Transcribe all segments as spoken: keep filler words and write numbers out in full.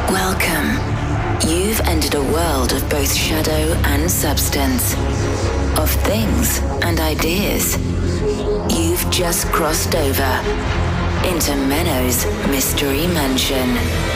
Welcome. You've entered a world of both shadow and substance. Of things and ideas. You've just crossed over into Menno's Mystery Mansion.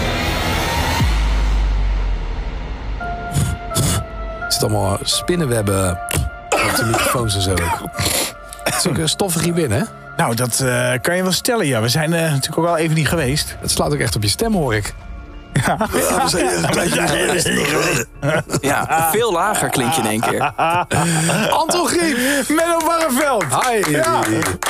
Het is allemaal spinnenwebben op de microfoons en zo. Het is ook een stoffig binnen, hè? Nou, dat uh, kan je wel stellen, ja. We zijn uh, natuurlijk ook al even niet geweest. Het slaat ook echt op je stem, hoor ik. Ja, ja we zijn een tijdje niet geweest. Ja, veel lager klink je in één keer. Anton Griep. Menno Barreveld. Hi. Ja.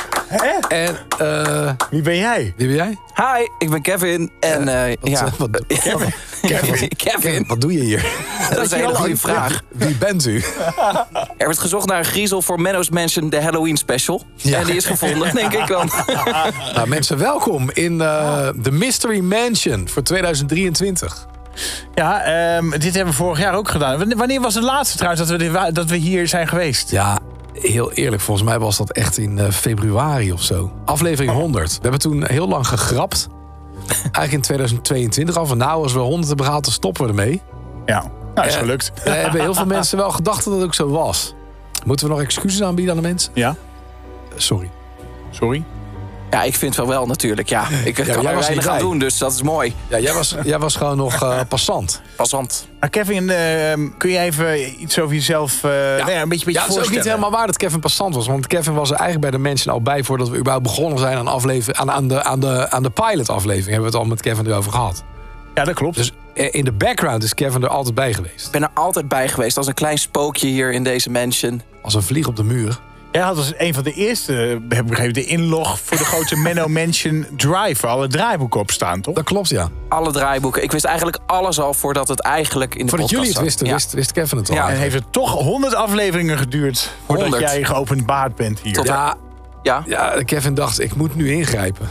En, uh, wie ben jij? Wie ben jij? Hi, ik ben Kevin. En uh, wat, ja. Wat, Kevin. Kevin. Kevin. Wat doe je hier? Dat is een hele goede vraag. Wie bent u? Er werd gezocht naar een griezel voor Menno's Mansion, de Halloween special. Ja. En die is gevonden, denk ik dan. Nou, mensen, welkom in uh, de Mystery Mansion voor tweeduizend drieëntwintig. Ja, um, dit hebben we vorig jaar ook gedaan. Wanneer was het laatste trouwens dat we, dit, dat we hier zijn geweest? Ja, heel eerlijk, volgens mij was dat echt in uh, februari of zo. Aflevering honderd. We hebben toen heel lang gegrapt. Eigenlijk in tweeduizend tweeëntwintig al. Van nou, als we honderd hebben gehaald, dan stoppen we ermee. Ja, nou is gelukt. Er uh, hebben heel veel mensen wel gedacht dat het ook zo was. Moeten we nog excuses aanbieden aan de mensen? Ja. Uh, sorry. Sorry? Ja, ik vind wel wel natuurlijk. Ja, ik ja, kan er weinig aan doen, dus dat is mooi. Ja, jij was, jij was gewoon nog uh, passant. Passant. Maar Kevin, uh, kun je even iets over jezelf uh, ja. Nou ja, een beetje, beetje ja, het is ook niet helemaal waar dat Kevin passant was. Want Kevin was er eigenlijk bij de mensen al bij voordat we überhaupt begonnen zijn aan, aflever- aan, aan, de, aan, de, aan de pilot-aflevering. Hebben we het al met Kevin erover gehad. Ja, dat klopt. Dus in de background is Kevin er altijd bij geweest. Ik ben er altijd bij geweest, als een klein spookje hier in deze mansion. Als een vlieg op de muur. Jij had als een van de eerste, heb ik begrepen, de inlog voor de grote Menno Mansion Drive, waar alle draaiboeken op staan, toch? Dat klopt, ja. Alle draaiboeken. Ik wist eigenlijk alles al voordat het eigenlijk in de voordat podcast jullie het wisten, ja. wist, wist Kevin het al. Ja, en heeft het toch honderd afleveringen geduurd voordat honderd. jij geopenbaard bent hier. Tot ja. Ja. ja, Kevin dacht, ik moet nu ingrijpen.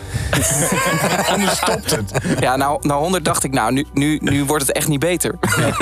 Anders stopt het. Ja, nou, na honderd dacht ik, nou, nu, nu, nu wordt het echt niet beter.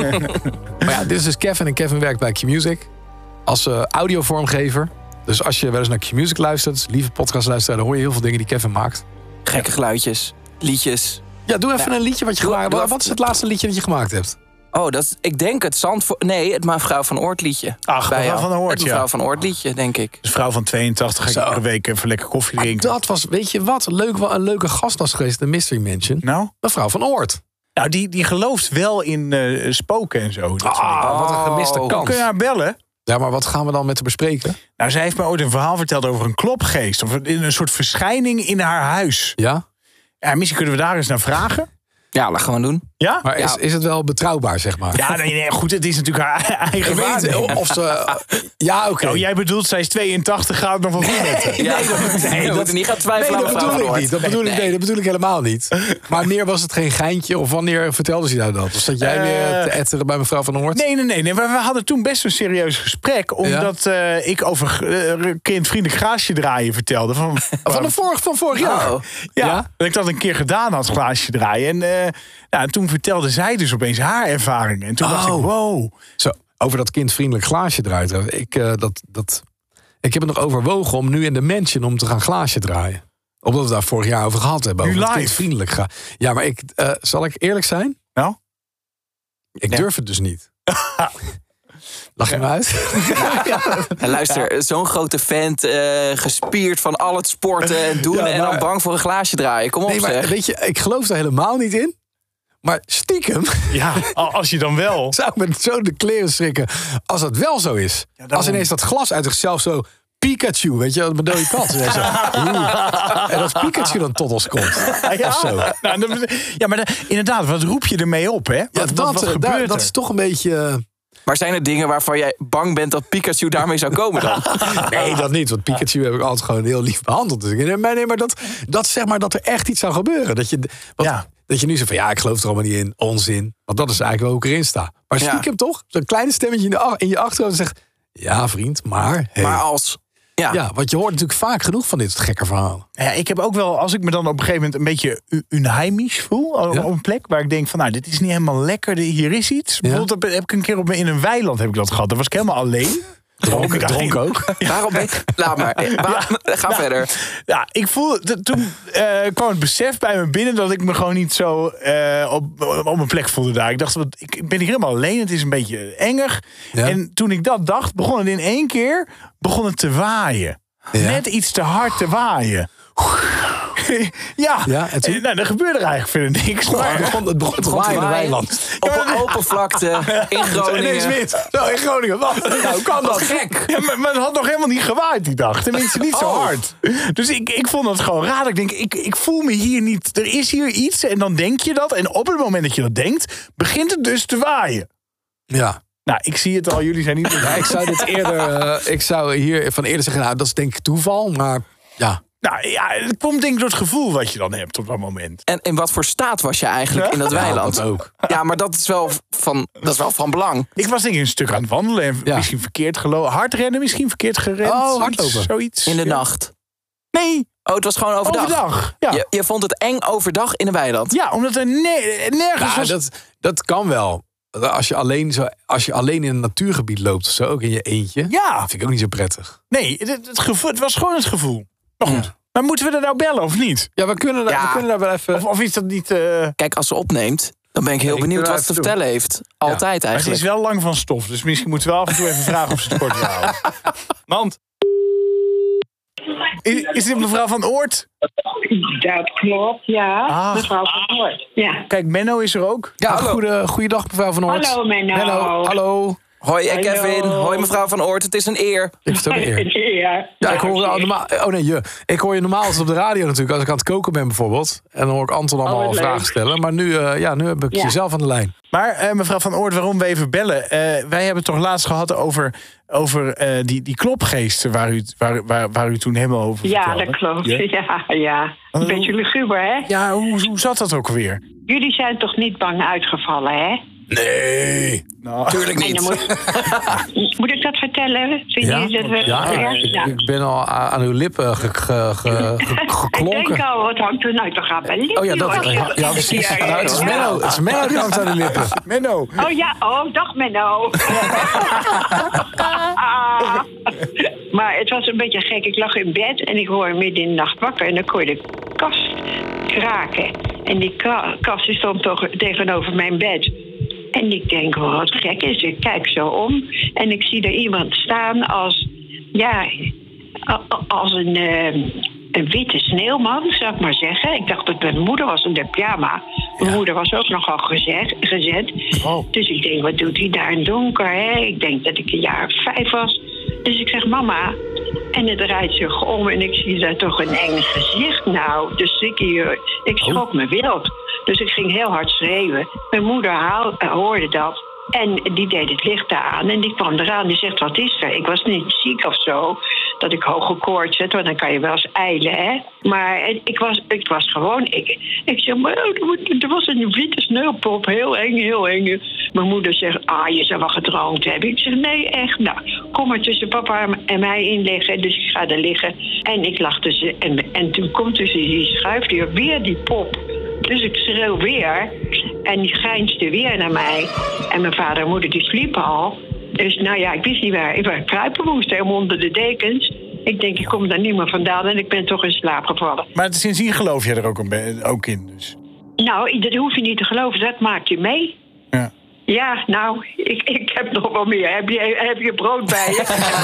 Maar ja, dit is dus Kevin en Kevin werkt bij Q-Music als uh, audiovormgever. Dus als je wel eens naar Q-Music luistert, lieve podcastluisteraar, dan hoor je heel veel dingen die Kevin maakt. Gekke geluidjes, liedjes. Ja, doe even ja. een liedje wat je doe, gemaakt hebt. Wat is het laatste liedje dat je gemaakt hebt? Oh, dat is, ik denk het Zandvoort... Nee, het Mevrouw van Oort liedje. Ach, Mevrouw van Oort, Het Mevrouw ja. van Oort liedje, denk ik. Dus vrouw van tweeëntachtig, ga ik iedere week even lekker koffie drinken. Dat was, weet je wat, leuk, wel een leuke gast was geweest, de Mystery Mansion. Nou? Mevrouw van Oort. Nou, die, die gelooft wel in uh, spoken en zo. Dat ah, wat een gemiste kans. Kun je haar bellen? Ja, maar wat gaan we dan met haar bespreken? Nou, zij heeft mij ooit een verhaal verteld over een klopgeest. Of een soort verschijning in haar huis. Ja? Ja, misschien kunnen we daar eens naar vragen. Ja, dat gaan we doen. Ja? Maar is, ja. is het wel betrouwbaar, zeg maar? Ja, nee, nee, goed, het is natuurlijk haar eigen weet of ze. Uh, ja, oké. Okay. Oh, jij bedoelt, zij is tweeëntachtig, gaat nog wel goed met haar. Ja, nee, dat, dat niet gaat twijfelen nee, dat aan bedoel ik van niet. Dat bedoel ik, nee, dat bedoel ik helemaal niet. Maar wanneer was het geen geintje? Of wanneer vertelde ze jou dat? Of zat jij uh, weer te etteren bij mevrouw Van Oort? Nee, nee, nee. nee. We hadden toen best een serieus gesprek. Omdat ja? uh, ik over uh, kindvriendelijk glaasje draaien vertelde. Van, van, de vorig, van vorig jaar? Oh. Ja, ja, dat ik dat een keer gedaan had, glaasje draaien. En, uh, nou, en toen vertelde zij dus opeens haar ervaringen. En toen oh. dacht ik, wow. Zo, over dat kindvriendelijk glaasje draaien. Ik, uh, dat, dat, ik heb het nog overwogen om nu in de mansion om te gaan glaasje draaien. Omdat we daar vorig jaar over gehad hebben. Nu over live? Kindvriendelijk gaan. Ja, maar ik, uh, zal ik eerlijk zijn? Nou? Ik ja. durf het dus niet. Lach je me uit? Ja. En luister, ja. zo'n grote vent, uh, gespierd van al het sporten en doen... Ja, maar... en dan bang voor een glaasje draaien. Kom op, nee, maar, zeg. Weet je, ik geloof daar helemaal niet in. Maar stiekem... Ja, als je dan wel... zou ik me zo de kleren schrikken als het wel zo is. Ja, als ineens dat glas uit zichzelf zo... Pikachu, weet je, met dode kat. En als Pikachu dan tot ons komt. Ja, of zo. Nou, dan, ja maar dan, inderdaad, wat roep je ermee op, hè? Wat, ja, wat, dat, wat gebeurt daar, er? Dat is toch een beetje... Maar zijn er dingen waarvan jij bang bent dat Pikachu daarmee zou komen dan? Nee, dat niet. Want Pikachu heb ik altijd gewoon heel lief behandeld. Dus nee, nee, maar dat, dat zeg maar dat er echt iets zou gebeuren. Dat je, wat, ja. dat je nu zegt van ja, ik geloof er allemaal niet in. Onzin. Want dat is eigenlijk wel hoe ik erin sta. Maar stiekem ja. toch? Zo'n kleine stemmetje in, de, in je achterhoofd zegt... Ja, vriend, maar... Hey. Maar als... Ja. ja, want je hoort natuurlijk vaak genoeg van dit gekke verhalen. Ja, ik heb ook wel, als ik me dan op een gegeven moment een beetje unheimisch voel... Ja. op een plek waar ik denk van, nou, dit is niet helemaal lekker, hier is iets. Ja. Bijvoorbeeld heb ik een keer op me in een weiland heb ik dat gehad. Dan was ik helemaal alleen. Dronken, dronken ook. Ja. Waarom ben je... Laat maar. Waar... Ja. Ga nou, verder. Ja, ik voel... Toen uh, kwam het besef bij me binnen dat ik me gewoon niet zo uh, op, op mijn plek voelde daar. Ik dacht, wat, ik ben hier helemaal alleen. Het is een beetje enger. Ja. En toen ik dat dacht, begon het in één keer begon het te waaien. Ja. Net iets te hard te waaien. Ja, ja en toen... nou, er gebeurde er eigenlijk verder niks. Maar... Het begon, het begon te waaien in de weiland. Op een open vlakte in Groningen. Ineens wit. Zo, in Groningen. Wat? Nou, hoe kan dat? Gek. Ja, maar, maar het had nog helemaal niet gewaaid die dag. Tenminste, niet zo oh. hard. Dus ik, ik vond het gewoon raar. Ik denk, ik, ik voel me hier niet... Er is hier iets en dan denk je dat. En op het moment dat je dat denkt, begint het dus te waaien. Ja. Nou, ik zie het al. Jullie zijn niet... Ja, ik zou dit eerder... Uh, ik zou hier van eerder zeggen, nou, dat is denk ik toeval. Maar ja... Nou ja, het komt denk ik door het gevoel wat je dan hebt op dat moment. En in wat voor staat was je eigenlijk ja? in dat weiland? Ja, dat ook. Ja, maar dat is wel van, dat is wel van belang. Ik was denk ik een stuk aan het wandelen en ja. misschien verkeerd gelopen. Hard rennen, misschien verkeerd gerend. Oh, hardlopen. Zoiets. In de ja. nacht? Nee. Oh, het was gewoon overdag? Overdag, ja. Je, je vond het eng overdag in een weiland? Ja, omdat er ne- nergens ja, was... Dat, dat kan wel. Als je, alleen zo, als je alleen in een natuurgebied loopt of zo, ook in je eentje. Ja. Dat vind ik ook niet zo prettig. Nee, het, het, gevoel, het was gewoon het gevoel. Maar goed. Ja. Maar moeten we er nou bellen of niet? Ja, we kunnen, ja. we kunnen daar wel even... Of, of is dat niet... Uh... Kijk, als ze opneemt, dan ben ik heel ja, benieuwd wat ze te vertellen doen. heeft. Altijd ja. eigenlijk. Maar ze is wel lang van stof, dus misschien moeten we af en toe even vragen of ze het kort houden. Want... Is, is dit mevrouw van Oort? Dat klopt, ja. Ah. Mevrouw van Oort, ja. Kijk, Menno is er ook. Ja, goede, goeiedag mevrouw van Oort. Hallo Menno. Menno, hallo. Hoi, ik Kevin. Hoi, mevrouw van Oort. Het is een eer. Ik vind het ook een eer. Ja, ja ik hoor je normaal. Oh nee, je. Ik hoor je normaal altijd op de radio natuurlijk. Als ik aan het koken ben bijvoorbeeld. En dan hoor ik Anton allemaal oh, vragen stellen. Maar nu, uh, ja, nu heb ik ja. jezelf aan de lijn. Maar uh, mevrouw van Oort, waarom we even bellen? Uh, wij hebben het toch laatst gehad over, over uh, die, die klopgeesten waar u, waar, waar, waar u toen helemaal over vertelde. Ja, dat klopt. Ja, ja. ja. Een beetje luguber, hè? Ja, hoe, hoe zat dat ook weer? Jullie zijn toch niet bang uitgevallen, hè? Nee, nou, tuurlijk niet. Moet, moet ik dat vertellen? Vind ja? je dat we, ja, ja, ja, ik ben al aan uw lippen ge, ge, ge, ge, geklonken. Ik denk al, wat hangt er nou toch aan mijn lippen? Oh ja, dat, ja, ja, precies. Ja, nou, het is Menno, het is Menno die hangt aan uw lippen. Menno. Oh ja, oh, dag Menno. Maar het was een beetje gek. Ik lag in bed en ik hoor midden in de nacht wakker. En dan kon je de kast kraken. En die ka- kast stond toch tegenover mijn bed. En ik denk, oh, wat gek is. Ik kijk zo om en ik zie er iemand staan als, ja, als een, uh, een witte sneeuwman, zou ik maar zeggen. Ik dacht dat mijn moeder was in de pyjama. Mijn ja. moeder was ook nogal gezet. gezet. Oh. Dus ik denk, wat doet hij daar in donker? Hè? Ik denk dat ik een jaar of vijf was. Dus ik zeg, mama. En het draait zich om en ik zie daar toch een eng gezicht. Nou, dus ik, ik schrok me wild. Dus ik ging heel hard schreeuwen. Mijn moeder haal, hoorde dat. En die deed het licht aan. En die kwam eraan. Die zegt, wat is er? Ik was niet ziek of zo. Dat ik hoge koorts had. Want dan kan je wel eens eilen, hè. Maar ik was, ik was gewoon... Ik, ik zeg, maar er was een witte sneeuwpop. Heel eng, heel eng. Mijn moeder zegt, ah, je zou wel gedroomd hebben. Ik zeg, nee, echt. Nou, kom maar tussen papa en mij in liggen. Dus ik ga er liggen. En ik lag tussen... En, en toen komt tussen die schuifdeur weer die pop... Dus ik schreeuw weer en die grijnste weer naar mij. En mijn vader en moeder die sliepen al. Dus nou ja, ik wist niet waar, waar ik kruipen moest, helemaal onder de dekens. Ik denk, ik kom daar niet meer vandaan en ik ben toch in slaap gevallen. Maar sindsdien geloof je er ook, een, ook in dus? Nou, dat hoef je niet te geloven, dat maakt je mee. Ja. Ja, nou, ik, ik heb nog wel meer. Heb je, heb je brood bij je?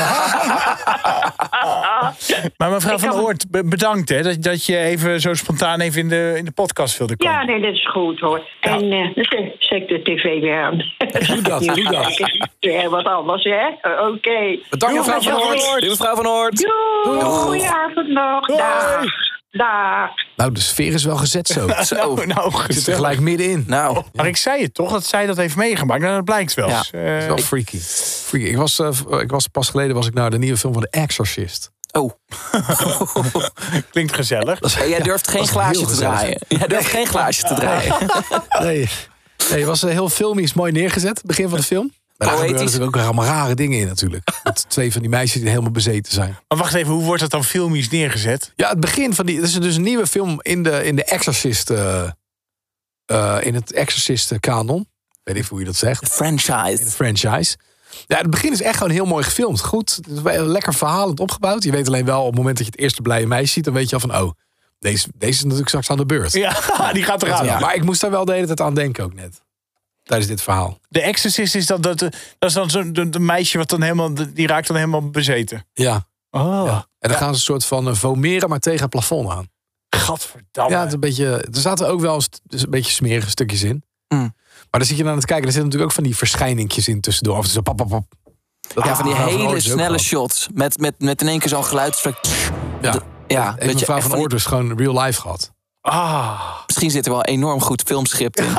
Maar mevrouw Van Oort, bedankt hè, dat, dat je even zo spontaan even in de, in de podcast wilde komen. Ja, nee, dat is goed hoor. Ja. En uh, dan zet ik de tv weer aan. Doe dat, doe dat. Weer wat anders, hè? Uh, Oké. Okay. Bedankt mevrouw Van Oort. Doei mevrouw Van Oort. Doei, goedenavond nog. Dag. Dag. Nou, de sfeer is wel gezet zo. zo. Nou, nou, ik zit er gelijk middenin. Nou, maar ik zei het toch, dat zij dat heeft meegemaakt. Nou, dat blijkt wel. Ja, dus, uh, dat is wel freaky. freaky. Ik, was, uh, ik was pas geleden was ik naar de nieuwe film van The Exorcist. Oh. Klinkt gezellig. Was, jij durft geen glaasje te draaien. Jij durft geen glaasje te draaien. Nee. Nee, het was heel filmisch mooi neergezet. Het begin van de film. Maar daar gebeuren natuurlijk ook allemaal rare dingen in natuurlijk. Met twee van die meisjes die helemaal bezeten zijn. Maar wacht even, hoe wordt dat dan filmisch neergezet? Ja, het begin van die... Het is dus een nieuwe film in de, in de Exorcist... Uh, uh, in het Exorcist kanon. Weet niet hoe je dat zegt. De franchise. In de franchise. Ja, het begin is echt gewoon heel mooi gefilmd. Goed, het is wel lekker verhalend opgebouwd. Je weet alleen wel, op het moment dat je het eerste blije meisje ziet... dan weet je al van, oh, deze, deze is natuurlijk straks aan de beurt. Ja, die gaat eraan. Ja, maar ik moest daar wel de hele tijd aan denken ook net. Tijdens dit verhaal. De Exorcist is dat, dat, dat is dan zo'n de, de meisje wat dan helemaal, die raakt dan helemaal bezeten. Ja. Oh. Ja. En dan ja. gaan ze een soort van uh, vomeren, maar tegen het plafond aan. Gadverdamme. Ja, het is een beetje, er zaten ook wel eens, dus een beetje smerige stukjes in. Mm. Maar dan zit je aan het kijken, er zitten natuurlijk ook van die verschijningjes in tussendoor. Of zo pap, pap, pap. Dat ja, van die hele snelle shots. Met, met, met in één keer zo'n geluid. Ja, ja heeft mevrouw van Oort dus gewoon real life gehad. Ah. Misschien zit er wel een enorm goed filmscript in.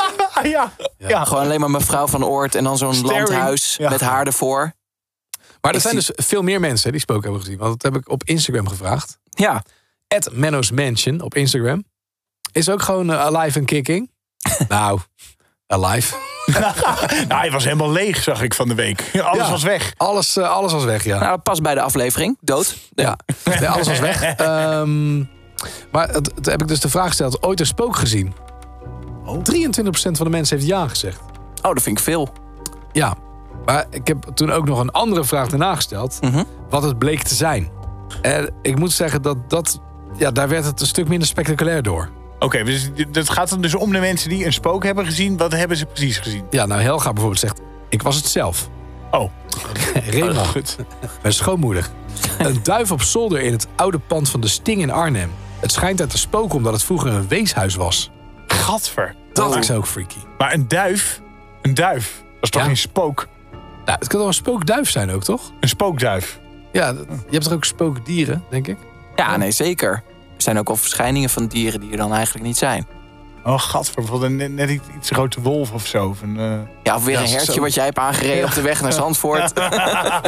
ja. ja. Gewoon alleen maar mevrouw van Oort en dan zo'n Staring. landhuis ja. met haar ervoor. Maar er zijn dus veel meer mensen die spook hebben gezien. Want dat heb ik op Instagram gevraagd. Ja. At Menno's Mansion op Instagram. Is ook gewoon uh, alive en kicking. nou, alive. nou, hij was helemaal leeg, zag ik van de week. Alles ja, was weg. Alles, uh, alles was weg, ja. Nou, pas bij de aflevering. Dood. Ja, ja. Nee, alles was weg. Um, maar toen heb ik dus de vraag gesteld. Ooit een spook gezien? Oh. drieëntwintig procent van de mensen heeft ja gezegd. Oh, dat vind ik veel. Ja, maar ik heb toen ook nog een andere vraag daarna gesteld. Mm-hmm. Wat het bleek te zijn. En ik moet zeggen dat dat... Ja, daar werd het een stuk minder spectaculair door. Oké, okay, dus het gaat dan dus om de mensen die een spook hebben gezien. Wat hebben ze precies gezien? Ja, nou Helga bijvoorbeeld zegt... Ik was het zelf. Oh. Raymond, oh, goed. Mijn schoonmoeder. Een duif op zolder in het oude pand van de Sting in Arnhem. Het schijnt uit te spoken omdat het vroeger een weeshuis was. Gadver. Dat oh. is ook freaky. Maar een duif? Een duif? Dat is toch ja. geen spook? Nou, het kan wel een spookduif zijn ook, toch? Een spookduif? Ja, je hebt toch ook spookdieren, denk ik? Ja, nee, zeker. Er zijn ook al verschijningen van dieren die er dan eigenlijk niet zijn. Oh, gadver, bijvoorbeeld net, net iets, iets grote wolf of zo. Van, uh... Ja, of weer ja, een hertje zo... wat jij hebt aangereden ja. op de weg naar Zandvoort. oh.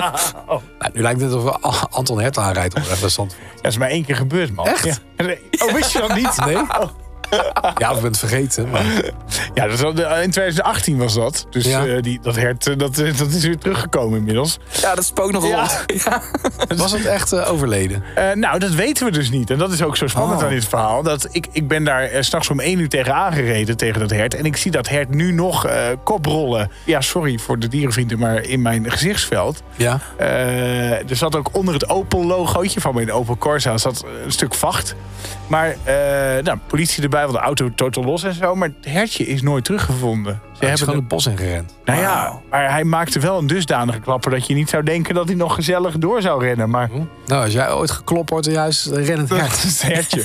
nou, nu lijkt het of Anton Hert aanrijdt op de weg naar Zandvoort. Ja, dat is maar één keer gebeurd, man. Echt? Ja. Oh, wist je dat niet? Nee? Oh. Ja, of ik ben het vergeten. Maar... Ja, dat was, in twintig achttien was dat. Dus ja. uh, die, dat hert uh, dat, uh, dat is weer teruggekomen inmiddels. Ja, dat spook nog ja. rond. Ja. Was het echt uh, overleden? Uh, nou, dat weten we dus niet. En dat is ook zo spannend oh. aan dit verhaal. Dat ik, ik ben daar uh, 's nachts om één uur tegen aangereden, tegen dat hert. En ik zie dat hert nu nog uh, koprollen. Ja, sorry voor de dierenvrienden, maar in mijn gezichtsveld. Ja. Uh, er zat ook onder het Opel-logootje van mijn Opel Corsa zat een stuk vacht. Maar, uh, nou, politie erbij, want de auto totaal los en zo. Maar het hertje is nooit teruggevonden. Ze Ze hebben gewoon de... het bos ingerend. Nou ja, maar hij maakte wel een dusdanige klapper dat je niet zou denken dat hij nog gezellig door zou rennen. Maar... Nou, als jij ooit geklopt wordt, dan juist rennend hert. Dat is het hertje.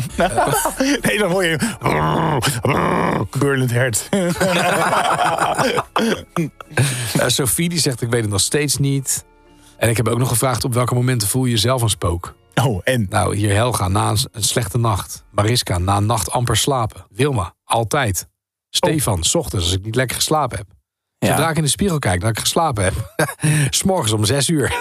Nee, dan hoor je... Burlend hert. uh, Sophie die zegt, ik weet het nog steeds niet. En ik heb ook nog gevraagd, op welke momenten voel je zelf een spook? Oh, en? Nou, hier Helga, na een, een slechte nacht. Mariska, na een nacht amper slapen. Wilma, altijd. Stefan, oh. 's ochtends als ik niet lekker geslapen heb. Ja. Zodra ik in de spiegel kijk dat ik geslapen heb. 's morgens om zes uur.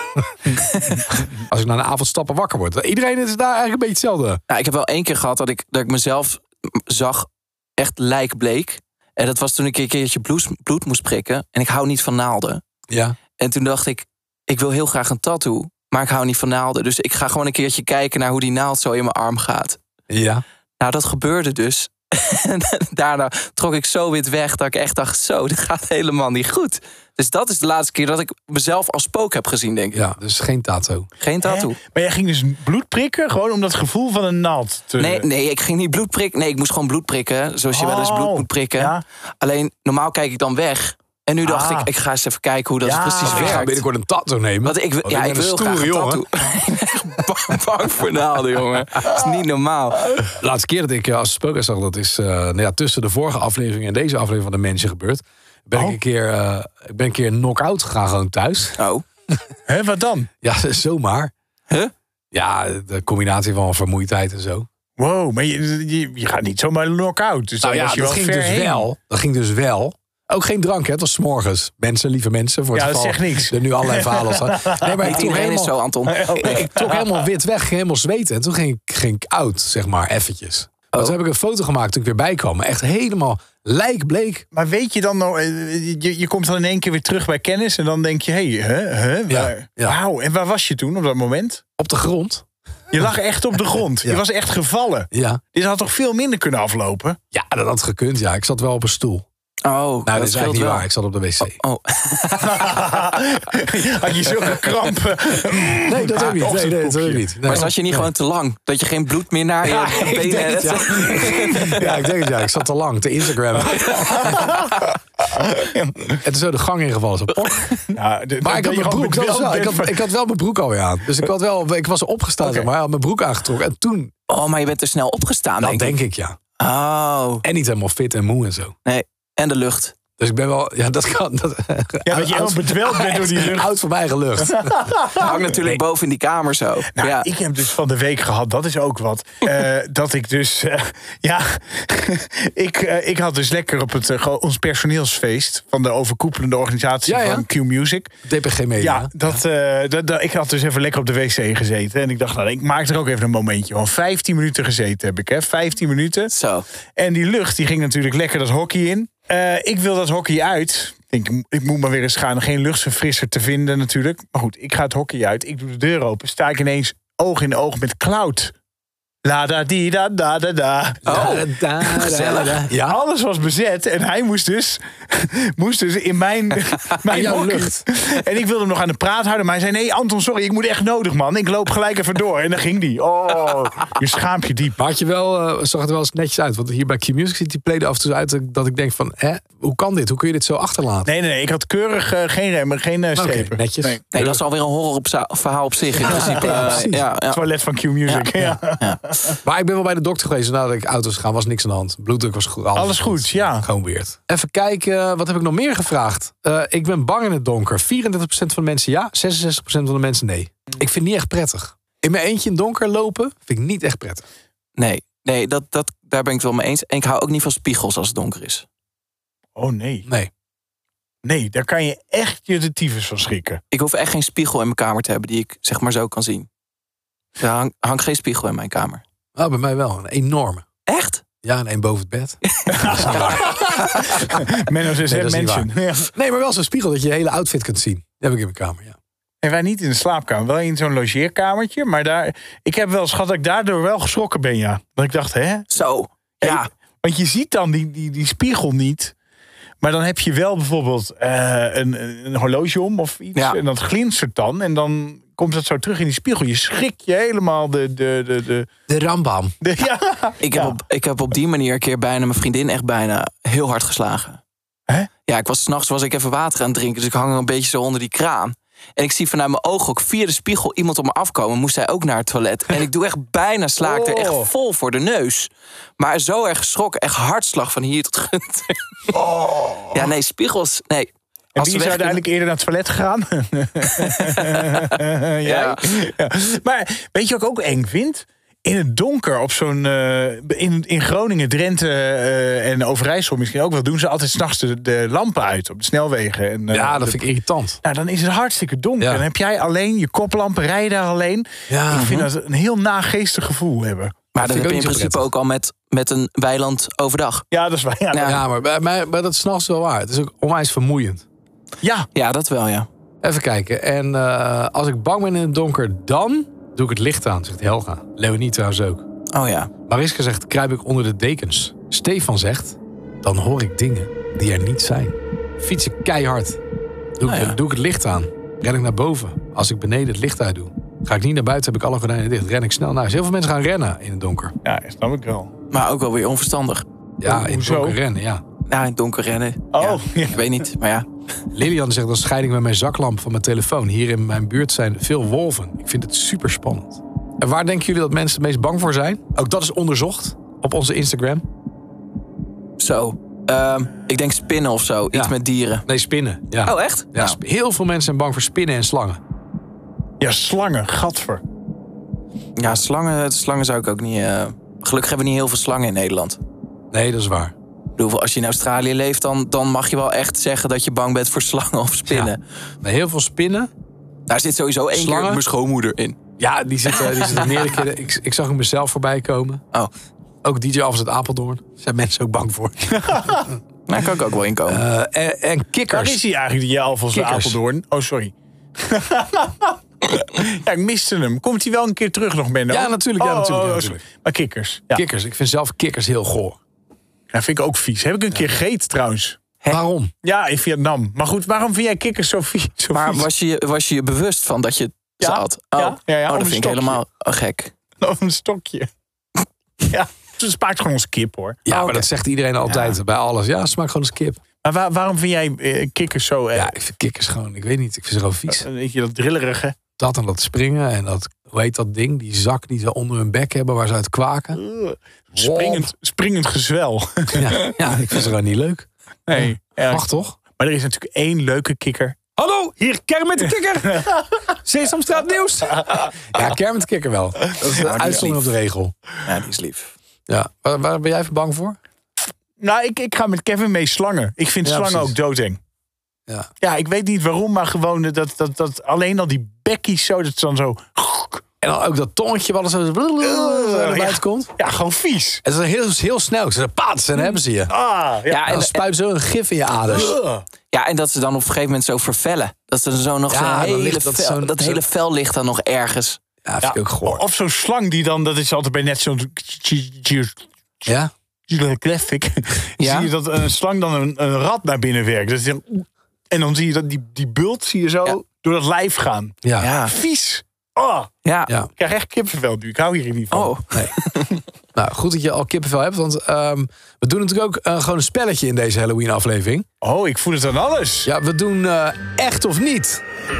Als ik na een avondstappen wakker word. Iedereen is daar eigenlijk een beetje hetzelfde. Nou, ik heb wel één keer gehad dat ik, dat ik mezelf zag echt lijkbleek. En dat was toen ik een keertje bloed, bloed moest prikken. En ik hou niet van naalden. Ja. En toen dacht ik, ik wil heel graag een tattoo. Maar ik hou niet van naalden. Dus ik ga gewoon een keertje kijken naar hoe die naald zo in mijn arm gaat. Ja. Nou, dat gebeurde dus. En daarna trok ik zo wit weg dat ik echt dacht, zo, dit gaat helemaal niet goed. Dus dat is de laatste keer dat ik mezelf als spook heb gezien, denk ik. Ja, dus geen tattoo. Geen tattoo. Hè? Maar jij ging dus bloed prikken, gewoon om dat gevoel van een naald te... Nee, nee, ik ging niet bloed prikken. Nee, ik moest gewoon bloed prikken, zoals je oh, wel eens bloed moet prikken. Ja. Alleen, normaal kijk ik dan weg. En nu dacht ah. ik, ik ga eens even kijken hoe dat ja, precies werkt. Ik ga binnenkort een tattoo nemen. Want ik, Want ja, ik, ik wil graag een tattoo. bang, bang voor naalden, jongen. Dat is niet normaal. De laatste keer dat ik als spookhuis zag, dat is uh, nou ja, tussen de vorige aflevering en deze aflevering van de Mensen gebeurd. Ben oh. ik een keer, uh, ik ben een keer knock-out gegaan gewoon thuis. Oh. Hè, wat dan? Ja, zomaar. Huh? Ja, de combinatie van vermoeidheid en zo. Wow, maar je, je, je gaat niet zomaar knock-out. Dus nou ja, je dat wel ging dus heen. wel. Dat ging dus wel. Ook geen drank, hè? Het was 's morgens. Mensen, lieve mensen. Voor ja, het dat geval zegt niks. Er nu allerlei verhalen staan. Nee, maar ik trok helemaal... is zo, Anton. Nee, ik trok helemaal wit weg, helemaal zweten. En toen ging ik, ging ik oud, zeg maar, eventjes. Oh. Toen heb ik een foto gemaakt toen ik weer bij kwam. Echt helemaal lijkbleek. Maar weet je dan nog... Je, je komt dan in één keer weer terug bij kennis. En dan denk je, hé, hey, huh, huh, ja, ja. Wauw. En waar was je toen op dat moment? Op de grond. Je lag echt op de grond. Ja. Je was echt gevallen. Ja. Dit had toch veel minder kunnen aflopen? Ja, dat had gekund. Ja, ik zat wel op een stoel. Oh, nou, dat, dat is eigenlijk niet waar. Ik zat op de wc. Oh. oh. Had je zulke krampen? Nee, dat ook niet. Nee, nee, dat ook niet. Nee. Maar zat je niet nee. gewoon te lang? Dat je geen bloed meer naar ja, je benen hebt? Ja. ja, ik denk het ja. Ik zat te lang te Instagram. En toen zo de gang ingevallen. Zo, ja, de, maar ik had, mijn broek, dat wel, ik, had, ik had wel mijn broek alweer aan. Dus ik, had wel, ik was opgestaan, okay. zeg maar. Ik had mijn broek aangetrokken. En toen... Oh, maar je bent er snel opgestaan, dat denk ik. Dat denk ik, ja. Oh. En niet helemaal fit en moe en zo. Nee, en de lucht. Dus ik ben wel... Ja, dat kan... Dat, ja, dat je helemaal bedwelmd bent door die lucht. Oud voor mijn eigen lucht. Hangt natuurlijk nee. boven in die kamer zo. Nou, ja. Ik heb dus van de week gehad, dat is ook wat. Uh, dat ik dus... Uh, ja, ik, uh, ik had dus lekker op het uh, ons personeelsfeest... van de overkoepelende organisatie ja, ja. van Q-Music. D P G Media. Ja, dat, uh, dat, dat, ik had dus even lekker op de wc gezeten. En ik dacht, nou, ik maak er ook even een momentje van. vijftien minuten gezeten heb ik, hè. vijftien minuten. Zo. En die lucht, die ging natuurlijk lekker dat hockey in. Uh, ik wil dat hockey uit. Ik, denk, ik moet maar weer eens gaan. Geen luchtverfrisser te vinden natuurlijk. Maar goed, ik ga het hockey uit. Ik doe de deur open. Sta ik ineens oog in oog met Cloud. La da di da da da da. Oh, da, da, da. Ja. Alles was bezet. En hij moest dus, moest dus in mijn, mijn hockey. Lucht. En ik wilde hem nog aan de praat houden. Maar hij zei, nee Anton, sorry, ik moet echt nodig, man. Ik loop gelijk even door. En dan ging die. Oh, je schaamt je diep. Maar had je wel, uh, zag het er wel eens netjes uit. Want hier bij Q-Music ziet die play af en toe uit dat ik denk van, hè, hoe kan dit? Hoe kun je dit zo achterlaten? Nee, nee, nee. Ik had keurig uh, geen remmen, geen uh, strepen. Okay, netjes. Nee. nee, dat is alweer een horror op verhaal op zich in principe. Ja, uh, ja, ja. Toilet van Q-Music. Ja, ja. Ja. Ja. Maar ik ben wel bij de dokter geweest nadat ik auto's gaan, was niks aan de hand. Bloeddruk was goed. Alles, alles goed, goed, ja. Gewoon weird. Even kijken, wat heb ik nog meer gevraagd? Uh, ik ben bang in het donker. vierendertig procent van de mensen ja, zesenzestig procent van de mensen nee. Ik vind het niet echt prettig. In mijn eentje in het donker lopen vind ik niet echt prettig. Nee, nee dat, dat, daar ben ik het wel mee eens. En ik hou ook niet van spiegels als het donker is. Oh nee. Nee. Nee, daar kan je echt je de tyfus van schrikken. Ik hoef echt geen spiegel in mijn kamer te hebben die ik zeg maar zo kan zien. Er hang, hangt geen spiegel in mijn kamer. Oh, bij mij wel. Een enorme. Echt? Ja, en één boven het bed. Menno's is nee, mensen. Ja. Nee, maar wel zo'n spiegel dat je je hele outfit kunt zien. Die heb ik in mijn kamer, ja. En wij niet in de slaapkamer, wel in zo'n logeerkamertje. Maar daar, ik heb wel schat dat ik daardoor wel geschrokken ben, ja. Dat ik dacht, hè? Zo, ja. ja. Want je ziet dan die, die, die spiegel niet. Maar dan heb je wel bijvoorbeeld uh, een, een horloge om of iets. Ja. En dat glinstert dan. En dan komt dat zo terug in die spiegel. Je schrik je helemaal de... De, de, de... de rambam. De, ja. Ik, heb ja. op, ik heb op die manier een keer bijna mijn vriendin echt bijna heel hard geslagen. Hè? Ja, ik was 's nachts was ik even water aan het drinken. Dus ik hang een beetje zo onder die kraan. En ik zie vanuit mijn ogen ook via de spiegel iemand op me afkomen. Moest hij ook naar het toilet. En ik doe echt bijna sla ik er echt vol voor de neus. Maar zo erg geschrokken. Echt hartslag van hier tot Gunter. Oh. Ja, nee, spiegels. Nee. En wie is uiteindelijk eerder naar het toilet gegaan? ja. ja. Maar weet je wat ik ook eng vind? In het donker op zo'n... Uh, in, in Groningen, Drenthe uh, en Overijssel misschien ook wel... doen ze altijd 's nachts de, de lampen uit op de snelwegen. En, uh, ja, dat de, vind ik irritant. Nou, dan is het hartstikke donker. Ja. Dan heb jij alleen je koplampen, rij je daar alleen. Ja, ik vind hm. dat een heel nageestig gevoel hebben. Maar dat heb je in principe prettig. ook al met, met een weiland overdag. Ja, dat is waar. Ja, ja. ja maar, bij, maar, maar dat is 's nachts wel waar. Het is ook onwijs vermoeiend. Ja. Ja, dat wel, ja. Even kijken. En uh, als ik bang ben in het donker, dan doe ik het licht aan, zegt Helga. Leonie trouwens ook. Oh ja. Mariska zegt, kruip ik onder de dekens. Stefan zegt, dan hoor ik dingen die er niet zijn. Fietsen keihard. Doe, oh ik, ja. doe ik het licht aan. Ren ik naar boven. Als ik beneden het licht uit doe. Ga ik niet naar buiten, heb ik alle gordijnen dicht. Ren ik snel naar huis. Heel veel mensen gaan rennen in het donker. Ja, dat snap ik wel. Maar ook wel weer onverstandig. Ja, in het donker rennen, ja. Ja, in het donker rennen. Oh, ja. Ja. Ik weet niet, maar ja. Lilian zegt, dan scheiding met mijn zaklamp van mijn telefoon. Hier in mijn buurt zijn veel wolven. Ik vind het super spannend. En waar denken jullie dat mensen het meest bang voor zijn? Ook dat is onderzocht op onze Instagram. Zo. Um, ik denk spinnen of zo. Iets ja. met dieren. Nee, spinnen. Ja. Oh, echt? Ja, nou. Heel veel mensen zijn bang voor spinnen en slangen. Ja, slangen. Gadver. Ja, slangen, slangen zou ik ook niet... Uh... Gelukkig hebben we niet heel veel slangen in Nederland. Nee, dat is waar. Ik bedoel, als je in Australië leeft, dan, dan mag je wel echt zeggen dat je bang bent voor slangen of spinnen. Ja. Nee, heel veel spinnen. Daar zit sowieso één keer mijn schoonmoeder in. Ja, die zit, uh, die zit er meerdere keren. Ik, ik zag hem mezelf voorbij komen. Oh. Ook D J Alves uit Apeldoorn. Daar zijn mensen ook bang voor. Daar kan ik ook wel in komen. Uh, en, en kikkers. Waar is hij eigenlijk, die Alves uit Apeldoorn? Oh, sorry. Ja, ik miste hem. Komt hij wel een keer terug nog, Menno? Ja, natuurlijk. Ja, oh, natuurlijk, ja, oh, natuurlijk. Maar kikkers. Ja. Kikkers. Ik vind zelf kikkers heel goor. Ja, vind ik ook vies. Heb ik een keer gegeten trouwens. Hè? Waarom? Ja, in Vietnam. Maar goed, waarom vind jij kikkers zo vies? Zo maar vies? Was, je, was je je bewust van dat je het ja, zat? Oh, ja, ja, ja, oh dat vind ik helemaal gek. Of een stokje. Ja, het smaakt gewoon als kip, hoor. Ja, oh, maar okay. dat zegt iedereen altijd ja. bij alles. Ja, het smaakt gewoon als kip. Maar waar, waarom vind jij uh, kikkers zo... Uh, ja, ik vind kikkers gewoon, ik weet niet, ik vind ze gewoon vies. Uh, weet je, dat drillerige. Dat en dat springen en dat, hoe heet dat ding? Die zak die ze onder hun bek hebben waar ze uit kwaken. Uh, springend, springend gezwel. Ja, ja, ik vind ze gewoon niet leuk. Nee. Ja, mag toch? Maar er is natuurlijk één leuke kikker. Hallo, hier Kermit de Kikker. Sesamstraat nieuws. Ja, Kermit de Kikker wel. Dat is de uitzondering op de regel. Ja, die is lief. Ja, waar, waar ben jij even bang voor? Nou, ik, ik ga met Kevin mee slangen. Ik vind ja, slangen precies. ook doodeng. Ja. ja, ik weet niet waarom, maar gewoon dat, dat, dat alleen al die bekkies zo, dat het dan zo... En dan ook dat tongetje wat er zo naar buiten ja. komt. Ja, gewoon vies. Het is heel, heel snel. Ze paats en hebben ze je. Ah, ja. Ja, en dan spuit zo een gif in je aders. Ja, en dat ze dan op een gegeven moment zo vervellen. Dat ze zo nog ja, zo'n hele dat, vel, zo, dat hele vel ligt dan nog ergens. Ja, vind ja. ik ook goor. Of zo'n slang die dan, dat is altijd bij net zo'n... Ja? Graphic. Ja? Zie je dat een slang dan een, een rat naar binnen werkt. Dus dan, en dan zie je dat die, die bult zie je zo ja. door dat lijf gaan. Ja. ja. Vies. Oh. Ja. ja. Ik krijg echt kippenvel nu. Ik hou hier niet van. Oh. Nee. Nou, goed dat je al kippenvel hebt. Want um, we doen natuurlijk ook uh, gewoon een spelletje in deze Halloween aflevering. Oh, ik voel het aan alles. Ja, we doen uh, echt of niet.